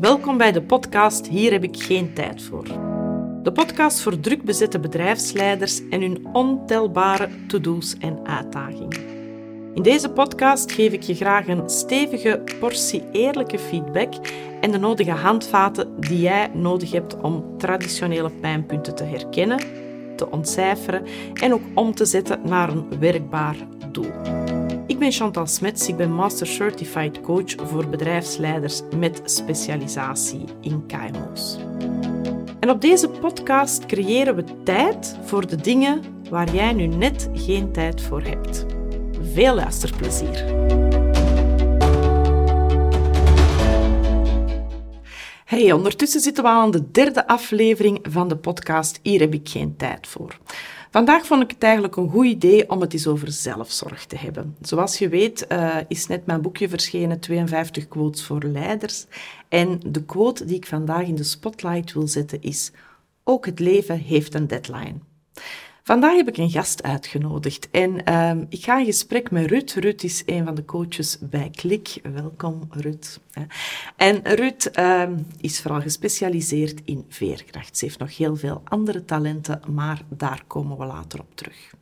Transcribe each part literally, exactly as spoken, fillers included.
welkom bij de podcast Hier heb ik geen tijd voor. De podcast voor druk bezette bedrijfsleiders en hun ontelbare to-do's en uitdagingen. In deze podcast geef ik je graag een stevige portie eerlijke feedback en de nodige handvaten die jij nodig hebt om traditionele pijnpunten te herkennen, te ontcijferen en ook om te zetten naar een werkbaar doel. Ik ben Chantal Smets, ik ben Master Certified Coach voor bedrijfsleiders met specialisatie in K M O's. En op deze podcast creëren we tijd voor de dingen waar jij nu net geen tijd voor hebt. Veel luisterplezier. Hey, ondertussen zitten we aan de derde aflevering van de podcast Hier heb ik geen tijd voor. Vandaag vond ik het eigenlijk een goed idee om het eens over zelfzorg te hebben. Zoals je weet uh, is net mijn boekje verschenen, tweeënvijftig quotes voor leiders. En de quote die ik vandaag in de spotlight wil zetten is: ook het leven heeft een deadline. Vandaag heb ik een gast uitgenodigd en uh, ik ga in gesprek met Ruud. Ruud is een van de coaches bij Klik. Welkom, Ruud. En Ruud uh, is vooral gespecialiseerd in veerkracht. Ze heeft nog heel veel andere talenten, maar daar komen we later op terug.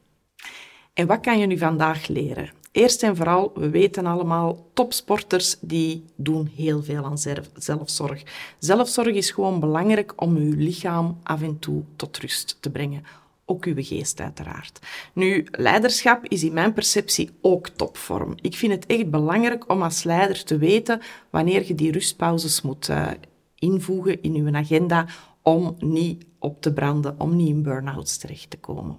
En wat kan je nu vandaag leren? Eerst en vooral, we weten allemaal, topsporters die doen heel veel aan zelfzorg. Zelfzorg is gewoon belangrijk om je lichaam af en toe tot rust te brengen. Ook uw geest uiteraard. Nu, leiderschap is in mijn perceptie ook topvorm. Ik vind het echt belangrijk om als leider te weten wanneer je die rustpauzes moet uh, invoegen in uw agenda om niet op te branden, om niet in burn-outs terecht te komen.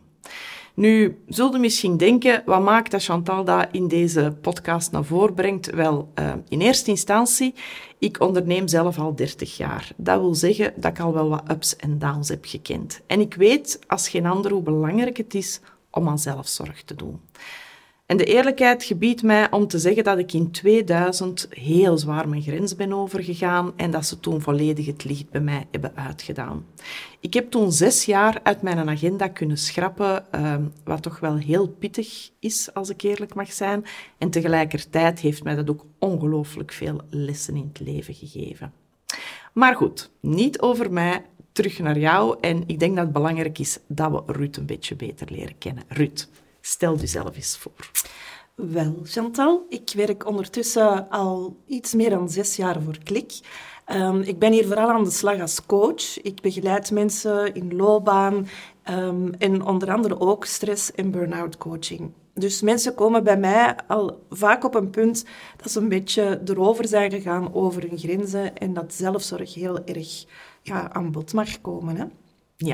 Nu, zult u misschien denken, wat maakt dat Chantal dat in deze podcast naar voren brengt? Wel, uh, in eerste instantie, ik onderneem zelf al dertig jaar. Dat wil zeggen dat ik al wel wat ups en downs heb gekend. En ik weet als geen ander hoe belangrijk het is om aan zelfzorg te doen. En de eerlijkheid gebiedt mij om te zeggen dat ik in tweeduizend heel zwaar mijn grens ben overgegaan en dat ze toen volledig het licht bij mij hebben uitgedaan. Ik heb toen zes jaar uit mijn agenda kunnen schrappen, uh, wat toch wel heel pittig is, als ik eerlijk mag zijn. En tegelijkertijd heeft mij dat ook ongelooflijk veel lessen in het leven gegeven. Maar goed, niet over mij, terug naar jou. En ik denk dat het belangrijk is dat we Ruud een beetje beter leren kennen. Ruud, stel jezelf eens voor. Wel, Chantal, ik werk ondertussen al iets meer dan zes jaar voor Klik. Um, ik ben hier vooral aan de slag als coach. Ik begeleid mensen in loopbaan um, en onder andere ook stress- en burn-out coaching. Dus mensen komen bij mij al vaak op een punt dat ze een beetje erover zijn gegaan over hun grenzen en dat zelfzorg heel erg ja, aan bod mag komen. Hè? Ja.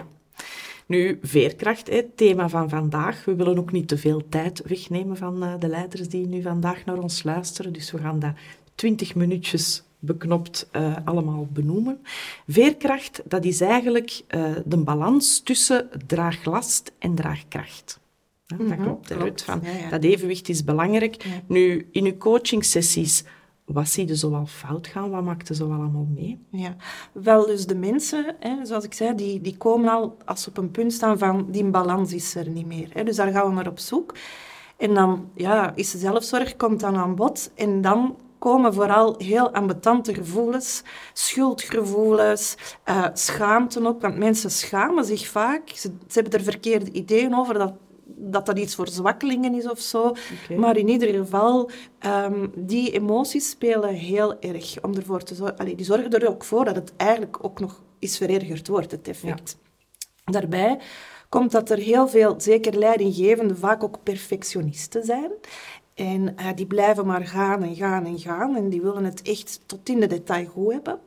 Nu, veerkracht, het thema van vandaag. We willen ook niet te veel tijd wegnemen van uh, de leiders die nu vandaag naar ons luisteren. Dus we gaan dat twintig minuutjes beknopt uh, allemaal benoemen. Veerkracht, dat is eigenlijk uh, de balans tussen draaglast en draagkracht. Ja, dat mm-hmm, klopt, klopt. Van, ja, ja. Dat evenwicht is belangrijk. Ja. Nu, in uw coachingsessies, wat zie je zoal fout gaan? Wat maakt er zoal allemaal mee? Ja, wel, dus de mensen, hè, zoals ik zei, die, die komen al als ze op een punt staan van die balans is er niet meer. Hè. Dus daar gaan we naar op zoek. En dan ja, is de zelfzorg komt dan aan bod. En dan komen vooral heel ambetante gevoelens, schuldgevoelens, uh, schaamte ook. Want mensen schamen zich vaak. Ze, ze hebben er verkeerde ideeën over dat dat dat iets voor zwakkelingen is of zo. Okay. Maar in ieder geval, um, die emoties spelen heel erg om ervoor te zorgen. Allee, die zorgen er ook voor dat het eigenlijk ook nog eens verergerd wordt, het effect. Ja. Daarbij komt dat er heel veel, zeker leidinggevenden, vaak ook perfectionisten zijn. En uh, die blijven maar gaan en gaan en gaan. En die willen het echt tot in de detail goed hebben.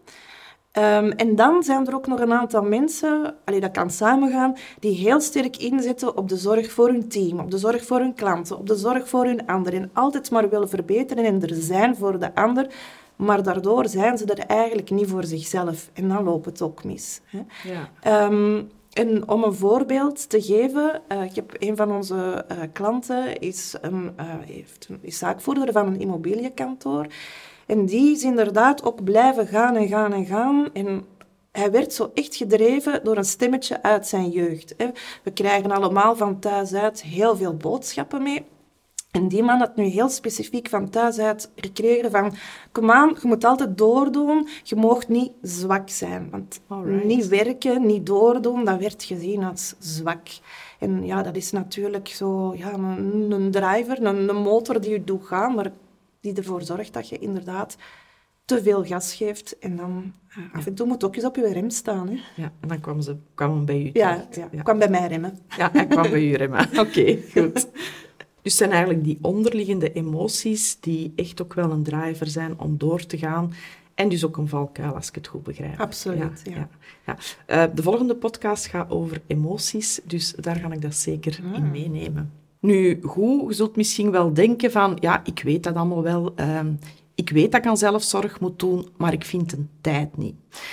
Um, en dan zijn er ook nog een aantal mensen, allee, dat kan samengaan, die heel sterk inzetten op de zorg voor hun team, op de zorg voor hun klanten, op de zorg voor hun anderen. En altijd maar willen verbeteren en er zijn voor de ander. Maar daardoor zijn ze er eigenlijk niet voor zichzelf. En dan loopt het ook mis. Hè. Ja. Um, en om een voorbeeld te geven, uh, ik heb een van onze uh, klanten is, een, uh, heeft een, is zaakvoerder van een immobiliënkantoor. En die is inderdaad ook blijven gaan en gaan en gaan. En hij werd zo echt gedreven door een stemmetje uit zijn jeugd. We krijgen allemaal van thuis uit heel veel boodschappen mee. En die man had nu heel specifiek van thuis uit recreëren van... Kom aan, je moet altijd doordoen. Je mag niet zwak zijn. Want Alright. niet werken, niet doordoen, dat werd gezien als zwak. En ja, dat is natuurlijk zo... Ja, een, een driver, een, een motor die je doet gaan, maar die ervoor zorgt dat je inderdaad te veel gas geeft. En dan uh, af en toe moet ook eens op je rem staan. Hè. Ja, en dan kwam ze kwam hem bij u Ja, terecht. ja, Ja. kwam bij mij remmen. Ja, hij kwam bij u remmen. Oké, okay, goed. Dus het zijn eigenlijk die onderliggende emoties die echt ook wel een driver zijn om door te gaan. En dus ook een valkuil, als ik het goed begrijp. Absoluut, ja. ja. ja. Uh, de volgende podcast gaat over emoties, dus daar ga ik dat zeker ah. in meenemen. Nu, goed, je zult misschien wel denken van... Ja, ik weet dat allemaal wel. Uh, ik weet dat ik aan zelfzorg moet doen, maar ik vind de tijd niet.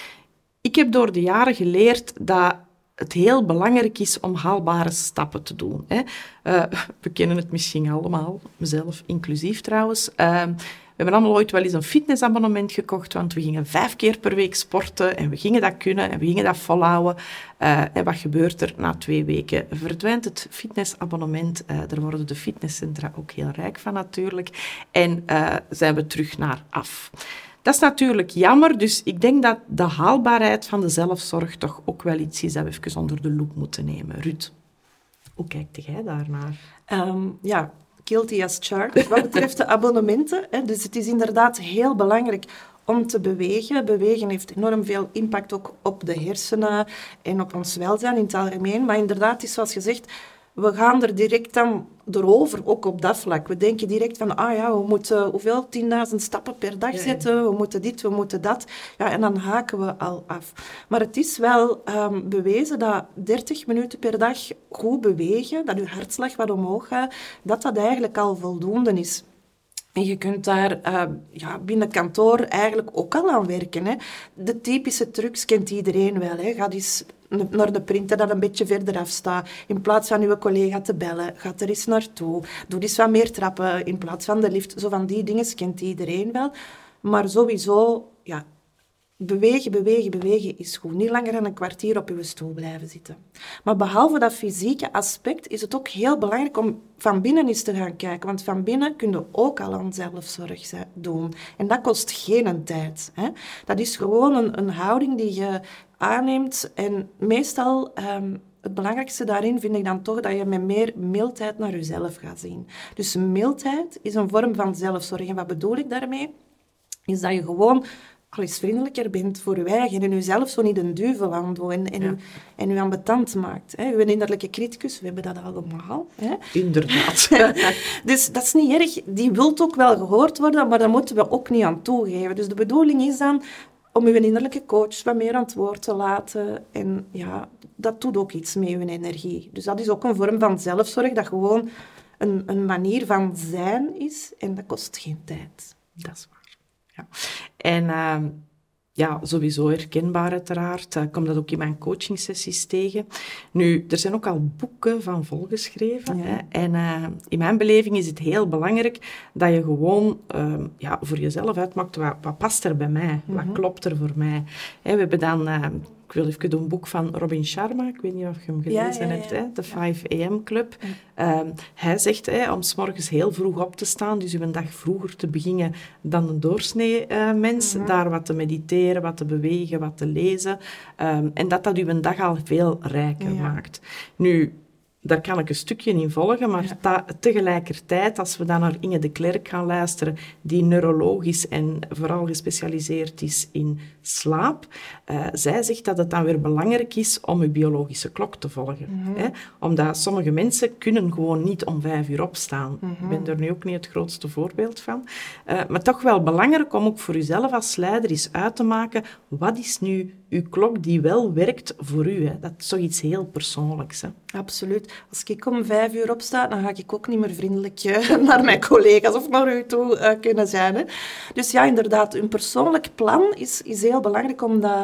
Ik heb door de jaren geleerd dat het heel belangrijk is om haalbare stappen te doen. Hè. Uh, we kennen het misschien allemaal, mezelf inclusief trouwens. Uh, we hebben allemaal ooit wel eens een fitnessabonnement gekocht, want we gingen vijf keer per week sporten en we gingen dat kunnen en we gingen dat volhouden. Uh, en wat gebeurt er? Na twee weken verdwijnt het fitnessabonnement. Uh, daar worden de fitnesscentra ook heel rijk van natuurlijk. En uh, zijn we terug naar af. Dat is natuurlijk jammer, dus ik denk dat de haalbaarheid van de zelfzorg toch ook wel iets is dat we even onder de loep moeten nemen. Ruud, hoe kijkt jij daarnaar? Um, ja, guilty as charged, wat betreft de abonnementen. Hè. Dus het is inderdaad heel belangrijk om te bewegen. Bewegen heeft enorm veel impact ook op de hersenen en op ons welzijn in het algemeen. Maar inderdaad, is zoals je zegt... We gaan er direct dan erover, ook op dat vlak. We denken direct van, ah ja, we moeten hoeveel, tienduizend stappen per dag zetten, we moeten dit, we moeten dat. Ja, en dan haken we al af. Maar het is wel um, bewezen dat dertig minuten per dag goed bewegen, dat je hartslag wat omhoog gaat, dat dat eigenlijk al voldoende is. En je kunt daar uh, ja, binnen kantoor eigenlijk ook al aan werken. Hè. De typische trucs kent iedereen wel. Hè. Ga eens naar de printer dat een beetje verder af staat. In plaats van je collega te bellen, ga er eens naartoe. Doe eens wat meer trappen in plaats van de lift. Zo van die dingen kent iedereen wel. Maar sowieso, ja, bewegen, bewegen, bewegen is goed. Niet langer dan een kwartier op je stoel blijven zitten. Maar behalve dat fysieke aspect is het ook heel belangrijk om van binnen eens te gaan kijken. Want van binnen kun je ook al aan zelfzorg doen. En dat kost geen tijd. Hè. Dat is gewoon een, een houding die je aanneemt. En meestal, um, het belangrijkste daarin vind ik dan toch dat je met meer mildheid naar jezelf gaat zien. Dus mildheid is een vorm van zelfzorg. En wat bedoel ik daarmee? Is dat je gewoon al eens vriendelijker bent voor je eigen en jezelf zo niet een duivel aandoet en, en, ja. u, en u ambetant maakt. Hè. Uw innerlijke criticus, we hebben dat allemaal. Hè. Inderdaad. Dus dat is niet erg. Die wil ook wel gehoord worden, maar daar moeten we ook niet aan toegeven. Dus de bedoeling is dan om uw innerlijke coach wat meer aan het woord te laten. En ja, dat doet ook iets met uw energie. Dus dat is ook een vorm van zelfzorg, dat gewoon een, een manier van zijn is en dat kost geen tijd. Dat is waar. Ja. En uh, ja, sowieso herkenbaar uiteraard. Ik kom dat ook in mijn coachingsessies tegen. Nu, er zijn ook al boeken van volgeschreven. Ja. Hè? En uh, in mijn beleving is het heel belangrijk dat je gewoon uh, ja, voor jezelf uitmaakt wat, wat past er bij mij, mm-hmm. wat klopt er voor mij. Hè, we hebben dan... Uh, Ik wil even een boek van Robin Sharma, ik weet niet of je hem gelezen ja, ja, ja. hebt, hè? de vijf a m Club. Ja. Um, hij zegt hè, om 's morgens heel vroeg op te staan, dus een dag vroeger te beginnen dan een doorsnee uh, mens, mm-hmm. daar wat te mediteren, wat te bewegen, wat te lezen. Um, en dat dat uw dag al veel rijker ja. maakt. Nu, daar kan ik een stukje in volgen, maar ja. ta- tegelijkertijd, als we dan naar Inge de Klerk gaan luisteren, die neurologisch en vooral gespecialiseerd is in slaap, uh, zij zegt dat het dan weer belangrijk is om je biologische klok te volgen. Mm-hmm. Hè? Omdat sommige mensen kunnen gewoon niet om vijf uur opstaan. Mm-hmm. Ik ben er nu ook niet het grootste voorbeeld van. Uh, maar toch wel belangrijk om ook voor jezelf als leider eens uit te maken, wat is nu uw klok die wel werkt voor u? Hè? Dat is toch iets heel persoonlijks. Hè? Absoluut. Als ik om vijf uur opsta, dan ga ik ook niet meer vriendelijk uh, naar mijn collega's of naar u toe uh, kunnen zijn. Hè. Dus ja, inderdaad, een persoonlijk plan is, is heel belangrijk, omdat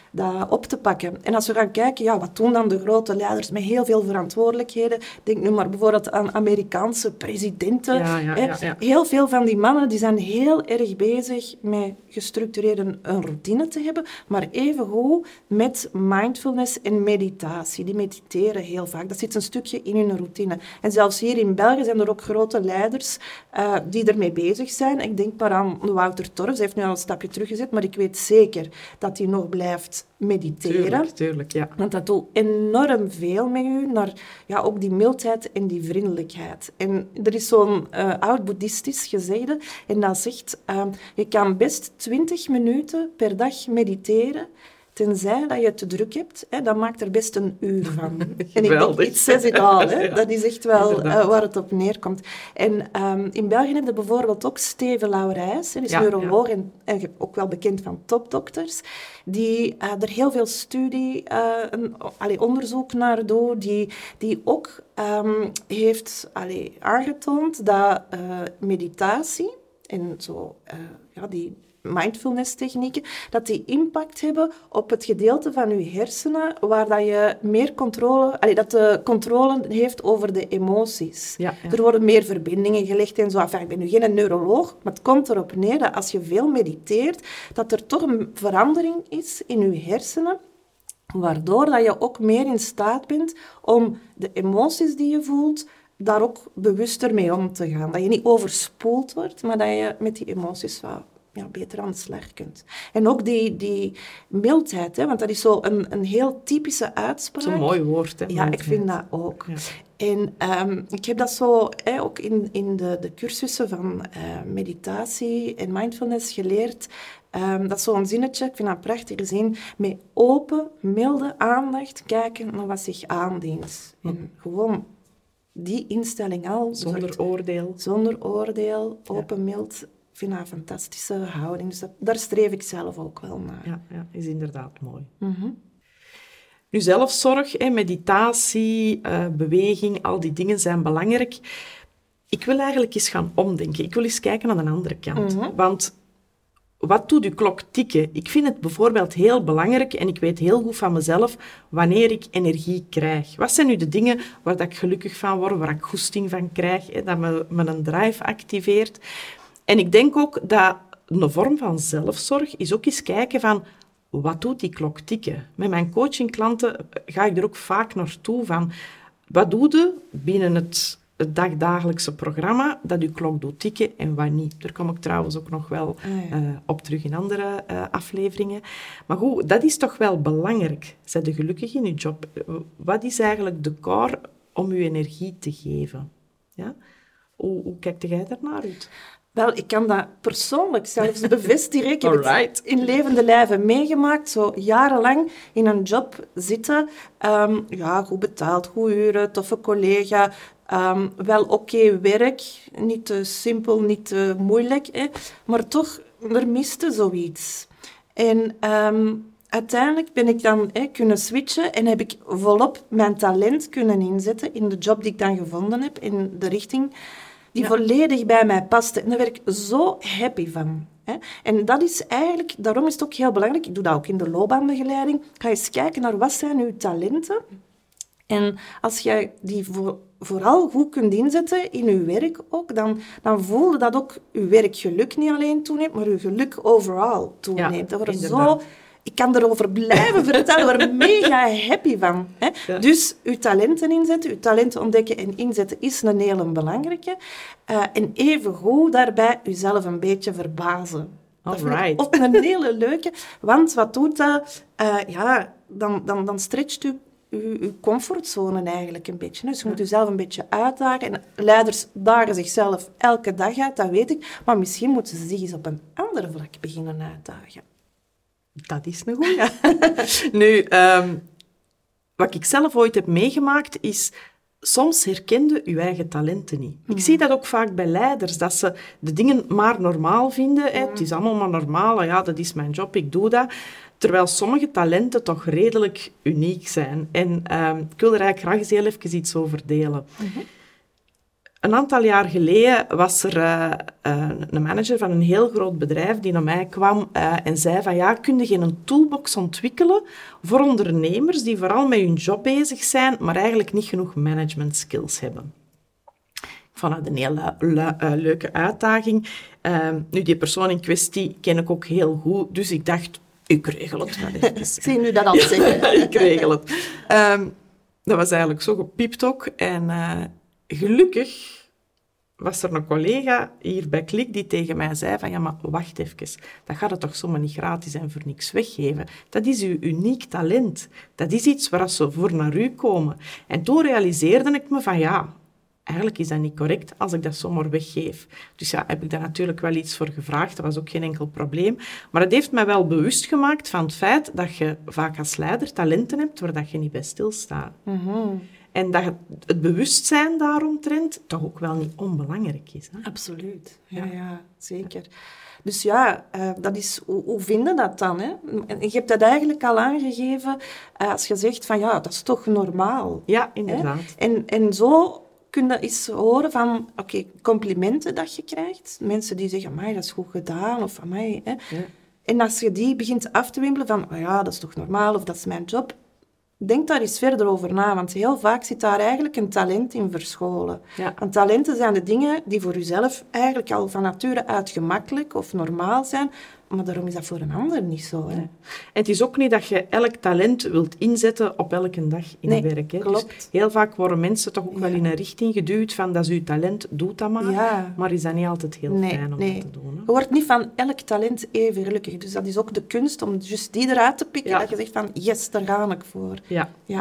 dat op te pakken. En als we gaan kijken, ja, wat doen dan de grote leiders met heel veel verantwoordelijkheden? Denk nu maar bijvoorbeeld aan Amerikaanse presidenten. Ja, ja, hè. ja, ja. Heel veel van die mannen die zijn heel erg bezig met gestructureerde een routine te hebben, maar evengoed met mindfulness en meditatie. Die mediteren heel vaak. Dat zit een stukje in hun routine. En zelfs hier in België zijn er ook grote leiders uh, die ermee bezig zijn. Ik denk maar aan Wouter Torfs. Hij heeft nu al een stapje teruggezet, maar ik weet zeker dat hij nog blijft mediteren. Tuurlijk, tuurlijk, ja. Want dat doet enorm veel met u, naar ja, ook die mildheid en die vriendelijkheid. En er is zo'n uh, oud boeddhistisch gezegde, en dat zegt, uh, je kan best twintig minuten per dag mediteren, tenzij dat je het te druk hebt, hè, dan maakt er best een uur van. En ik denk, it says it all. Hè. Ja, dat is echt wel uh, waar het op neerkomt. En um, in België heb je bijvoorbeeld ook Steven Laurijs, hij is ja, neuroloog ja. en, en ook wel bekend van topdokters, die uh, er heel veel studie, uh, een, allee, onderzoek naar doet, die, die ook um, heeft allee, aangetoond dat uh, meditatie en zo, uh, ja, die mindfulness-technieken, dat die impact hebben op het gedeelte van je hersenen waar dat je meer controle, allee, dat de controle heeft over de emoties. Ja, ja. Er worden meer verbindingen gelegd en zo. Enfin, ik ben nu geen neuroloog, maar het komt erop neer dat als je veel mediteert, dat er toch een verandering is in je hersenen, waardoor dat je ook meer in staat bent om de emoties die je voelt, daar ook bewuster mee om te gaan. Dat je niet overspoeld wordt, maar dat je met die emoties wat ja, beter aan de slag kunt. En ook die, die mildheid, hè, want dat is zo een, een heel typische uitspraak. Dat is een mooi woord, hè? Ja, mildheid. Ik vind dat ook. Ja. En um, ik heb dat zo hè, ook in, in de, de cursussen van uh, meditatie en mindfulness geleerd. Um, dat is zo'n zinnetje, ik vind dat een prachtige zin, met open, milde aandacht kijken naar wat zich aandient. Hm. En gewoon die instelling al. Zonder zorgt, oordeel. Zonder oordeel, open, ja. mild. Ik vind dat een fantastische houding. Dus dat, daar streef ik zelf ook wel naar. Ja, ja, is inderdaad mooi. Mm-hmm. Nu, zelfzorg, hè, meditatie, uh, beweging, al die dingen zijn belangrijk. Ik wil eigenlijk eens gaan omdenken. Ik wil eens kijken aan de andere kant. Mm-hmm. Want wat doet uw klok tikken? Ik vind het bijvoorbeeld heel belangrijk, en ik weet heel goed van mezelf, wanneer ik energie krijg. Wat zijn nu de dingen waar dat ik gelukkig van word, waar ik goesting van krijg, hè, dat me, me een drive activeert? En ik denk ook dat een vorm van zelfzorg is ook eens kijken van, wat doet die klok tikken? Met mijn coachingklanten ga ik er ook vaak naartoe van, wat doe je binnen het, het dagdagelijkse programma dat uw klok doet tikken en wat niet? Daar kom ik trouwens ook nog wel ah, ja. uh, op terug in andere uh, afleveringen. Maar goed, dat is toch wel belangrijk. Zijn je gelukkig in je job? Wat is eigenlijk de core om je energie te geven? Ja? Hoe, hoe kijkt jij daarnaar uit? Wel, ik kan dat persoonlijk zelfs bevestigen. Ik heb het in levende lijve meegemaakt, zo jarenlang in een job zitten. Um, ja, goed betaald, goed uren, toffe collega. Um, wel oké okay werk, niet te simpel, niet te moeilijk. Hè. Maar toch, er miste zoiets. En um, uiteindelijk ben ik dan hè, kunnen switchen en heb ik volop mijn talent kunnen inzetten in de job die ik dan gevonden heb, in de richting die ja. volledig bij mij paste. En daar werd ik zo happy van. Hè. En dat is eigenlijk, daarom is het ook heel belangrijk, ik doe dat ook in de loopbaanbegeleiding, ga eens kijken naar wat zijn uw talenten. En als jij die voor, vooral goed kunt inzetten in je werk ook, dan, dan voel je dat ook je werkgeluk niet alleen toeneemt, maar je geluk overal toeneemt. Ja, dat zo... Ik kan erover blijven vertellen, ik word er mega happy van. Hè? Ja. Dus uw talenten inzetten, uw talenten ontdekken en inzetten is een hele belangrijke. Uh, en evengoed daarbij uzelf een beetje verbazen. Dat vind ik ook een hele leuke. Want wat doet dat? Uh, ja, dan, dan, dan stretcht u uw comfortzone eigenlijk een beetje. Dus je moet jezelf een beetje uitdagen. En leiders dagen zichzelf elke dag uit, dat weet ik. Maar misschien moeten ze zich eens op een ander vlak beginnen uitdagen. Dat is een goeie. Nu, um, wat ik zelf ooit heb meegemaakt, is soms herkende je eigen talenten niet. Mm. Ik zie dat ook vaak bij leiders, dat ze de dingen maar normaal vinden. Mm. Hè. Het is allemaal maar normaal, ja, dat is mijn job, ik doe dat. Terwijl sommige talenten toch redelijk uniek zijn. En um, ik wil er eigenlijk graag eens heel even iets over delen. Mm-hmm. Een aantal jaar geleden was er uh, uh, een manager van een heel groot bedrijf die naar mij kwam uh, en zei van ja, kun je een toolbox ontwikkelen voor ondernemers die vooral met hun job bezig zijn, maar eigenlijk niet genoeg management skills hebben. Ik vond dat een hele le- uh, leuke uitdaging. Uh, nu, die persoon in kwestie ken ik ook heel goed, dus ik dacht, ik regel het wel even. Ik zie nu dat al zeggen. Ik regel het. Um, dat was eigenlijk zo gepiept ook. En uh, gelukkig was er een collega hier bij Klik die tegen mij zei van ja, maar wacht even, dat gaat het toch zomaar niet gratis en voor niks weggeven. Dat is uw uniek talent. Dat is iets waar ze voor naar u komen. En toen realiseerde ik me van ja, eigenlijk is dat niet correct als ik dat zomaar weggeef. Dus ja, heb ik daar natuurlijk wel iets voor gevraagd. Dat was ook geen enkel probleem. Maar het heeft mij wel bewust gemaakt van het feit dat je vaak als leider talenten hebt waar dat je niet bij stilstaat. Mm-hmm. En dat het bewustzijn daaromtrent toch ook wel niet onbelangrijk is. Hè? Absoluut. Ja, ja. ja, zeker. Dus ja, uh, dat is, hoe, hoe vinden dat dan? Hè? En je hebt dat eigenlijk al aangegeven uh, als je zegt van ja, dat is toch normaal. Ja, inderdaad. Hè? En, en zo kun je eens horen van, oké, okay, complimenten dat je krijgt. Mensen die zeggen, amai, dat is goed gedaan, of amai. Hè? Ja. En als je die begint af te wimpelen van, oh ja, dat is toch normaal, of dat is mijn job. Denk daar eens verder over na, want heel vaak zit daar eigenlijk een talent in verscholen. Ja. Want talenten zijn de dingen die voor jezelf eigenlijk al van nature uit gemakkelijk of normaal zijn, maar daarom is dat voor een ander niet zo. Hè? Ja. En het is ook niet dat je elk talent wilt inzetten op elke dag in nee, het werk. Hè? Klopt. Dus heel vaak worden mensen toch ook ja. wel in een richting geduwd van dat is uw talent, doe dat maar. Ja. Maar is dat niet altijd heel nee, fijn om nee. dat te doen. Hè? Je wordt niet van elk talent even gelukkig. Dus dat is ook de kunst om juist die eruit te pikken. Ja. Dat je zegt van, yes, daar ga ik voor. Ja. Ja.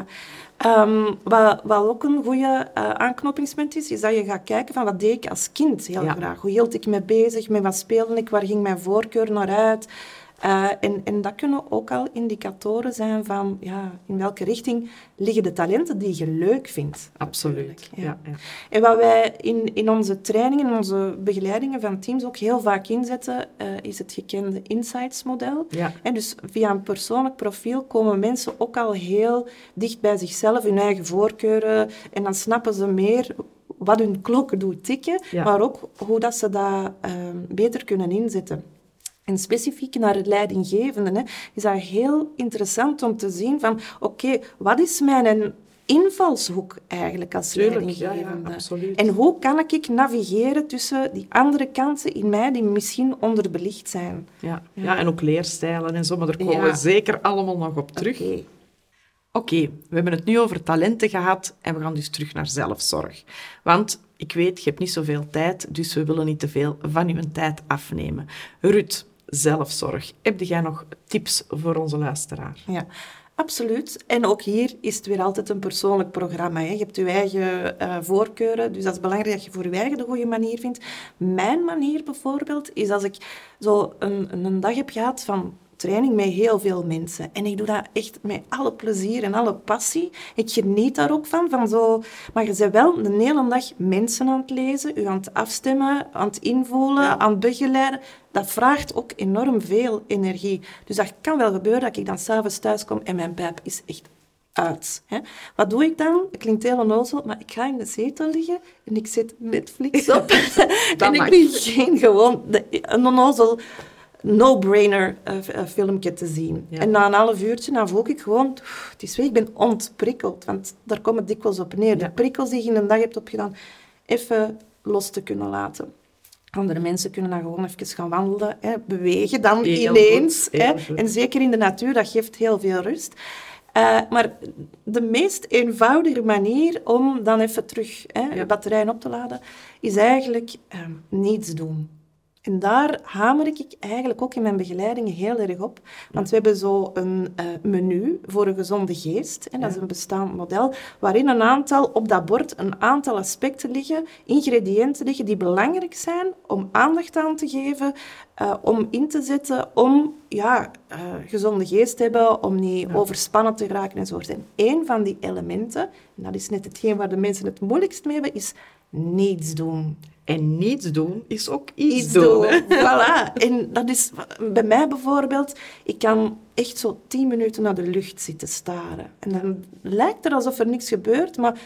Um, wat, wat ook een goede uh, aanknopingspunt is, is dat je gaat kijken van wat deed ik als kind heel ja. graag. Hoe hield ik me bezig, met wat speelde ik, waar ging mijn voorkeur naar uit. Uh, en, en dat kunnen ook al indicatoren zijn van ja, in welke richting liggen de talenten die je leuk vindt. Absoluut. Ja. Ja, ja. En wat wij in, in onze trainingen, in onze begeleidingen van teams ook heel vaak inzetten, uh, is het gekende Insights-model. Ja. En dus via een persoonlijk profiel komen mensen ook al heel dicht bij zichzelf, hun eigen voorkeuren, en dan snappen ze meer wat hun klok doet tikken, ja. maar ook hoe dat ze dat uh, beter kunnen inzetten. En specifiek naar het leidinggevende, hè, is dat heel interessant om te zien van, oké, okay, wat is mijn invalshoek eigenlijk als Tuurlijk, leidinggevende? Ja, ja, absoluut. En hoe kan ik navigeren tussen die andere kanten in mij die misschien onderbelicht zijn? Ja, ja. ja en ook leerstijlen en zo, maar daar komen ja. we zeker allemaal nog op terug. Okay. Oké, okay, we hebben het nu over talenten gehad en we gaan dus terug naar zelfzorg. Want ik weet, je hebt niet zoveel tijd, dus we willen niet te veel van uw tijd afnemen. Ruud, zelfzorg. Heb jij nog tips voor onze luisteraar? Ja, absoluut. En ook hier is het weer altijd een persoonlijk programma. Hè. Je hebt je eigen uh, voorkeuren, dus dat is belangrijk dat je voor je eigen de goede manier vindt. Mijn manier bijvoorbeeld is als ik zo een, een dag heb gehad van training met heel veel mensen. En ik doe dat echt met alle plezier en alle passie. Ik geniet daar ook van. van zo, maar je bent wel een hele dag mensen aan het lezen, je aan het afstemmen, aan het invoelen, ja. aan het begeleiden. Dat vraagt ook enorm veel energie. Dus dat kan wel gebeuren dat ik dan s'avonds thuis kom en mijn pijp is echt uit. Hè. Wat doe ik dan? Het klinkt heel onnozel, maar ik ga in de zetel liggen en ik zet Netflix op. en ik begin gewoon de, een onnozel no-brainer uh, uh, filmpje te zien. Ja. En na een half uurtje, dan voel ik gewoon, pff, het is weg, ik ben ontprikkeld. Want daar komt het dikwijls op neer. Ja. De prikkels die je in een dag hebt opgedaan, even los te kunnen laten. Andere mensen kunnen dan gewoon even gaan wandelen, hè, bewegen dan heel ineens. Hè, en zeker in de natuur, dat geeft heel veel rust. Uh, maar de meest eenvoudige manier om dan even terug hè, ja. de batterijen op te laden, is eigenlijk um, niets doen. En daar hamer ik eigenlijk ook in mijn begeleidingen heel erg op. Want we hebben zo een uh, menu voor een gezonde geest. En dat is een bestaand model waarin een aantal, op dat bord een aantal aspecten liggen, ingrediënten liggen die belangrijk zijn om aandacht aan te geven, uh, om in te zetten, om ja, uh, gezonde geest te hebben, om niet ja. overspannen te raken enzovoort. En één van die elementen, en dat is net hetgeen waar de mensen het moeilijkst mee hebben, is niets doen. En niets doen is ook iets, iets doen. doen. Voilà. En dat is bij mij bijvoorbeeld, ik kan echt zo tien minuten naar de lucht zitten staren. En dan lijkt het alsof er niks gebeurt, maar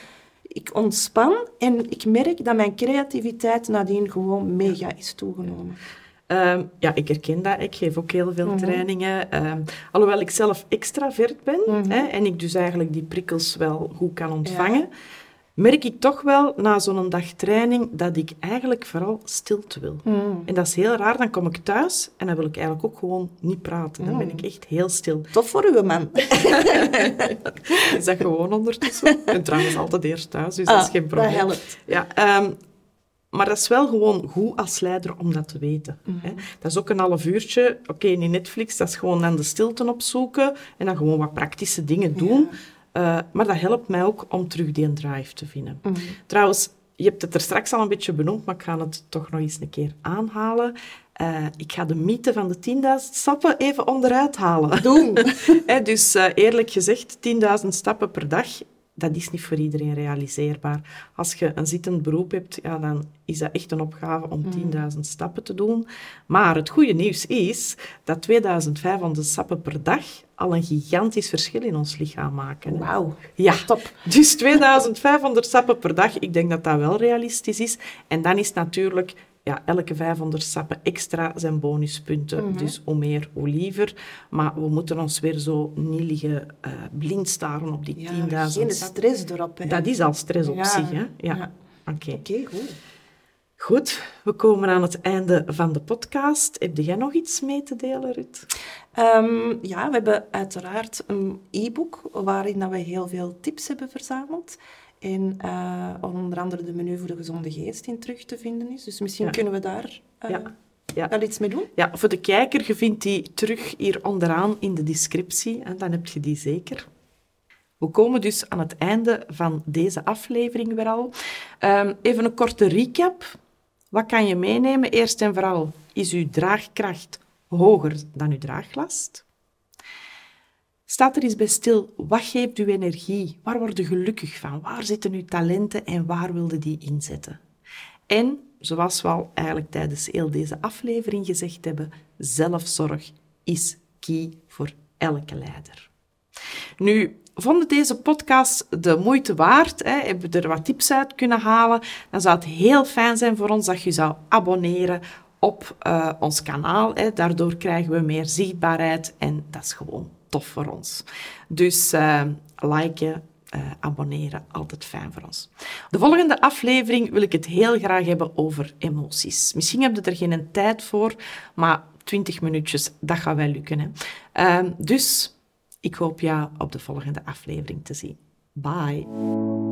ik ontspan en ik merk dat mijn creativiteit nadien gewoon mega is toegenomen. Um, ja, ik herken dat. Ik geef ook heel veel mm-hmm. trainingen. Um, alhoewel ik zelf extravert ben mm-hmm. hè, en ik dus eigenlijk die prikkels wel goed kan ontvangen, ja. merk ik toch wel na zo'n dag training dat ik eigenlijk vooral stilte wil. Mm. En dat is heel raar. Dan kom ik thuis en dan wil ik eigenlijk ook gewoon niet praten. Dan mm. ben ik echt heel stil. Tof voor uw man. Is dat gewoon ondertussen? Ik ben trouwens altijd eerst thuis, dus ah, dat is geen probleem. Dat helpt. Ja, um, maar dat is wel gewoon goed als leider om dat te weten. Mm-hmm. Hè. Dat is ook een half uurtje. Oké, okay, in Netflix, dat is gewoon aan de stilte opzoeken en dan gewoon wat praktische dingen doen. Ja. Uh, maar dat helpt mij ook om terug die drive te vinden. Mm-hmm. Trouwens, je hebt het er straks al een beetje benoemd, maar ik ga het toch nog eens een keer aanhalen. Uh, ik ga de mythe van de tienduizend stappen even onderuit halen. Doen. Hè, dus uh, eerlijk gezegd, tienduizend stappen per dag, dat is niet voor iedereen realiseerbaar. Als je een zittend beroep hebt, ja, dan is dat echt een opgave om tienduizend mm. stappen te doen. Maar het goede nieuws is dat tweeduizend vijfhonderd stappen per dag al een gigantisch verschil in ons lichaam maken. Wauw, ja, top. Dus tweeduizend vijfhonderd stappen per dag, ik denk dat dat wel realistisch is. En dan is natuurlijk... Ja, elke vijfhonderd stappen extra zijn bonuspunten. Mm-hmm. Dus hoe meer, hoe liever. Maar we moeten ons weer zo niet liggen uh, blind staren op die ja, tienduizend geen stress erop. Hè. Dat is al stress op ja. zich. Hè? Ja. Ja. Oké, okay, goed. Goed, we komen aan het einde van de podcast. Heb jij nog iets mee te delen, Ruth? Um, ja, we hebben uiteraard een e-book waarin dat we heel veel tips hebben verzameld. En uh, onder andere de menu voor de gezonde geest in terug te vinden is. Dus misschien ja. kunnen we daar uh, ja. Ja. wel iets mee doen. Ja, voor de kijker, je vindt die terug hier onderaan in de descriptie. En dan heb je die zeker. We komen dus aan het einde van deze aflevering weer al. Um, even een korte recap. Wat kan je meenemen? Eerst en vooral, is uw draagkracht hoger dan uw draaglast? Staat er eens bij stil, wat geeft u energie? Waar word je gelukkig van? Waar zitten uw talenten en waar wilde die inzetten? En, zoals we al eigenlijk tijdens heel deze aflevering gezegd hebben, zelfzorg is key voor elke leider. Nu, vonden deze podcast de moeite waard? Hè? Hebben we er wat tips uit kunnen halen? Dan zou het heel fijn zijn voor ons dat je zou abonneren op uh, ons kanaal. Hè? Daardoor krijgen we meer zichtbaarheid en dat is gewoon tof voor ons. Dus uh, liken, uh, abonneren, altijd fijn voor ons. De volgende aflevering wil ik het heel graag hebben over emoties. Misschien heb je er geen tijd voor, maar twintig minuutjes, dat gaat wel lukken. Hè? Uh, dus ik hoop jou op de volgende aflevering te zien. Bye!